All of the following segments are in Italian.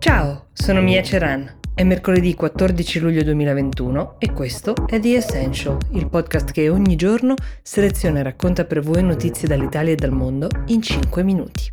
Ciao, sono Mia Ceran. È mercoledì 14 luglio 2021 e questo è The Essential, il podcast che ogni giorno seleziona e racconta per voi notizie dall'Italia e dal mondo in 5 minuti.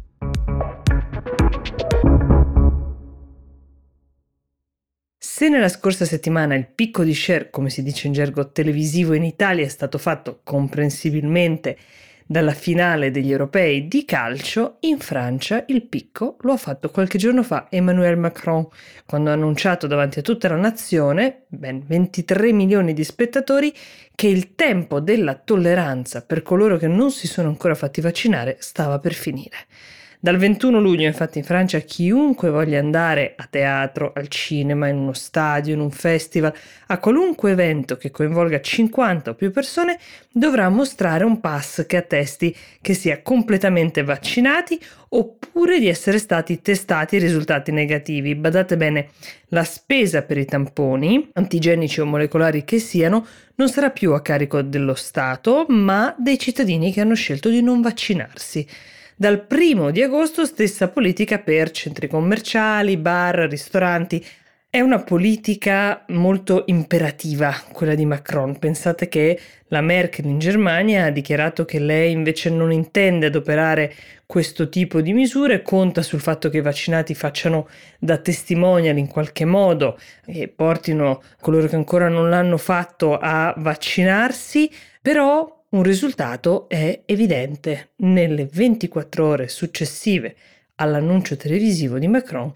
Se nella scorsa settimana il picco di share, come si dice in gergo televisivo in Italia, è stato fatto comprensibilmente dalla finale degli europei di calcio, in Francia il picco lo ha fatto qualche giorno fa Emmanuel Macron, quando ha annunciato davanti a tutta la nazione, ben 23 milioni di spettatori, che il tempo della tolleranza per coloro che non si sono ancora fatti vaccinare stava per finire. Dal 21 luglio, infatti, in Francia chiunque voglia andare a teatro, al cinema, in uno stadio, in un festival, a qualunque evento che coinvolga 50 o più persone, dovrà mostrare un pass che attesti che sia completamente vaccinati oppure di essere stati testati e risultati negativi. Badate bene, la spesa per i tamponi, antigenici o molecolari che siano, non sarà più a carico dello Stato, ma dei cittadini che hanno scelto di non vaccinarsi. Dal 1 di agosto stessa politica per centri commerciali, bar, ristoranti. È una politica molto imperativa quella di Macron. Pensate che la Merkel in Germania ha dichiarato che lei invece non intende adoperare questo tipo di misure, conta sul fatto che i vaccinati facciano da testimonial in qualche modo e portino coloro che ancora non l'hanno fatto a vaccinarsi, però un risultato è evidente. Nelle 24 ore successive all'annuncio televisivo di Macron,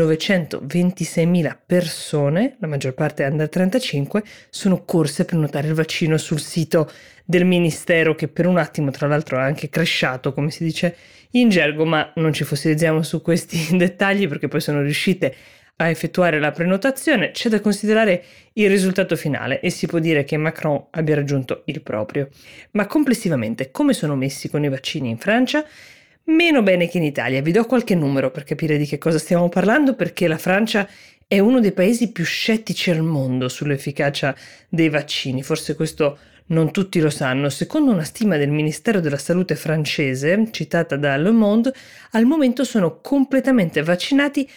926.000 persone, la maggior parte under 35, sono corse per notare il vaccino sul sito del ministero, che per un attimo tra l'altro è anche crashato, come si dice in gergo, ma non ci fossilizziamo su questi dettagli perché poi sono riuscite a effettuare la prenotazione. C'è da considerare il risultato finale e si può dire che Macron abbia raggiunto il proprio. Ma complessivamente, come sono messi con i vaccini in Francia? Meno bene che in Italia. Vi do qualche numero per capire di che cosa stiamo parlando, perché la Francia è uno dei paesi più scettici al mondo sull'efficacia dei vaccini. Forse questo non tutti lo sanno. Secondo una stima del Ministero della Salute francese, citata da Le Monde, al momento sono completamente vaccinati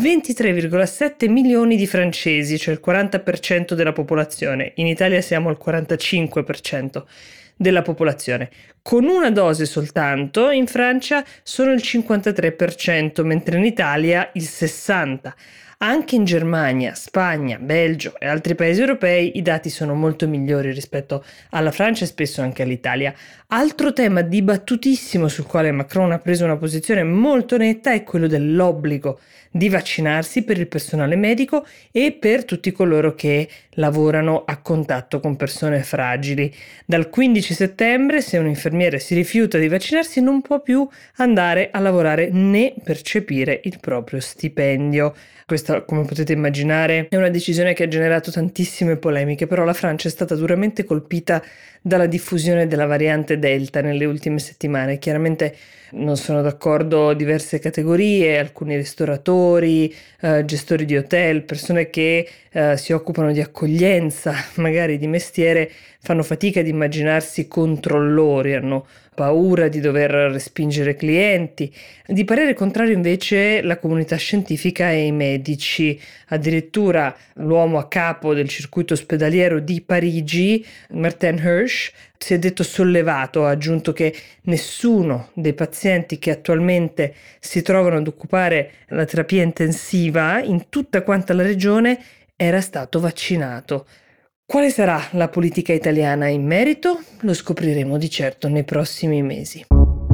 23,7 milioni di francesi, cioè il 40% della popolazione. In Italia siamo al 45% della popolazione. Con una dose soltanto in Francia sono il 53%, mentre in Italia il 60%. Anche in Germania, Spagna, Belgio e altri paesi europei i dati sono molto migliori rispetto alla Francia e spesso anche all'Italia. Altro tema dibattutissimo sul quale Macron ha preso una posizione molto netta è quello dell'obbligo di vaccinarsi per il personale medico e per tutti coloro che lavorano a contatto con persone fragili. Dal 15 settembre, se un infermiere si rifiuta di vaccinarsi, non può più andare a lavorare né percepire il proprio stipendio. Questa, come potete immaginare, è una decisione che ha generato tantissime polemiche, però la Francia è stata duramente colpita dalla diffusione della variante Delta nelle ultime settimane. Chiaramente non sono d'accordo diverse categorie, alcuni ristoratori, gestori di hotel, persone che si occupano di accoglienza, magari di mestiere, fanno fatica ad immaginarsi controllori, hanno paura di dover respingere clienti. Di parere contrario invece la comunità scientifica e i medici. Addirittura l'uomo a capo del circuito ospedaliero di Parigi, Martin Hirsch, si è detto sollevato, ha aggiunto che nessuno dei pazienti che attualmente si trovano ad occupare la terapia intensiva in tutta quanta la regione era stato vaccinato. Quale sarà la politica italiana in merito? Lo scopriremo di certo nei prossimi mesi.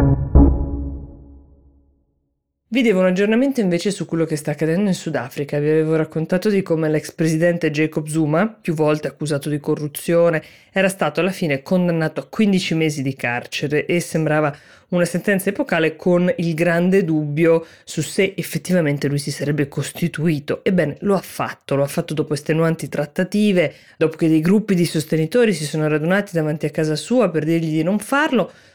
Vi devo un aggiornamento invece su quello che sta accadendo in Sudafrica. Vi avevo raccontato di come l'ex presidente Jacob Zuma, più volte accusato di corruzione, era stato alla fine condannato a 15 mesi di carcere e sembrava una sentenza epocale, con il grande dubbio su se effettivamente lui si sarebbe costituito. Ebbene, lo ha fatto dopo estenuanti trattative, dopo che dei gruppi di sostenitori si sono radunati davanti a casa sua per dirgli di non farlo.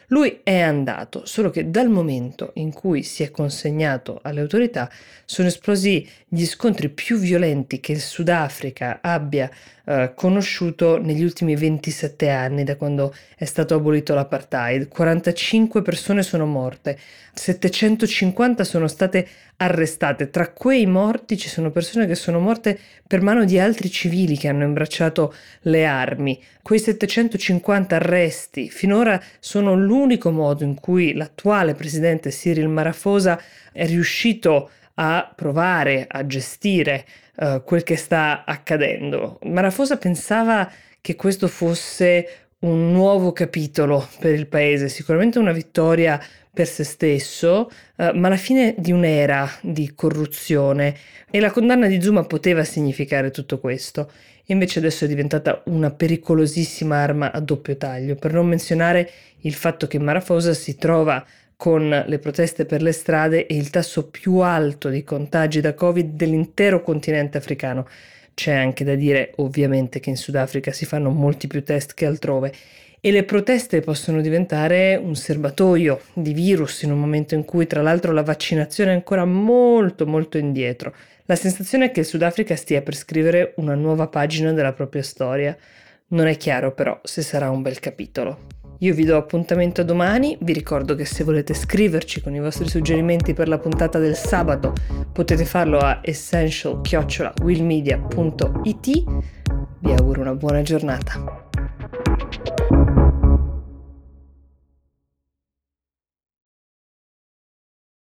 Lui è andato, solo che dal momento in cui si è consegnato alle autorità sono esplosi gli scontri più violenti che il Sudafrica abbia conosciuto negli ultimi 27 anni, da quando è stato abolito l'apartheid. 45 persone sono morte, 750 sono state arrestate. Tra quei morti ci sono persone che sono morte per mano di altri civili che hanno imbracciato le armi. Quei 750 arresti finora sono l'unico modo in cui l'attuale presidente Cyril Ramaphosa è riuscito a provare a gestire quel che sta accadendo. Ramaphosa pensava che questo fosse un nuovo capitolo per il paese, sicuramente una vittoria per se stesso, ma la fine di un'era di corruzione, e la condanna di Zuma poteva significare tutto questo. Invece adesso è diventata una pericolosissima arma a doppio taglio, per non menzionare il fatto che Ramaphosa si trova con le proteste per le strade e il tasso più alto di contagi da Covid dell'intero continente africano. C'è anche da dire, ovviamente, che in Sudafrica si fanno molti più test che altrove e le proteste possono diventare un serbatoio di virus in un momento in cui, tra l'altro, la vaccinazione è ancora molto molto indietro. La sensazione è che il Sudafrica stia per scrivere una nuova pagina della propria storia. Non è chiaro però se sarà un bel capitolo. Io vi do appuntamento domani, vi ricordo che se volete scriverci con i vostri suggerimenti per la puntata del sabato potete farlo a essential@willmedia.it. Vi auguro una buona giornata.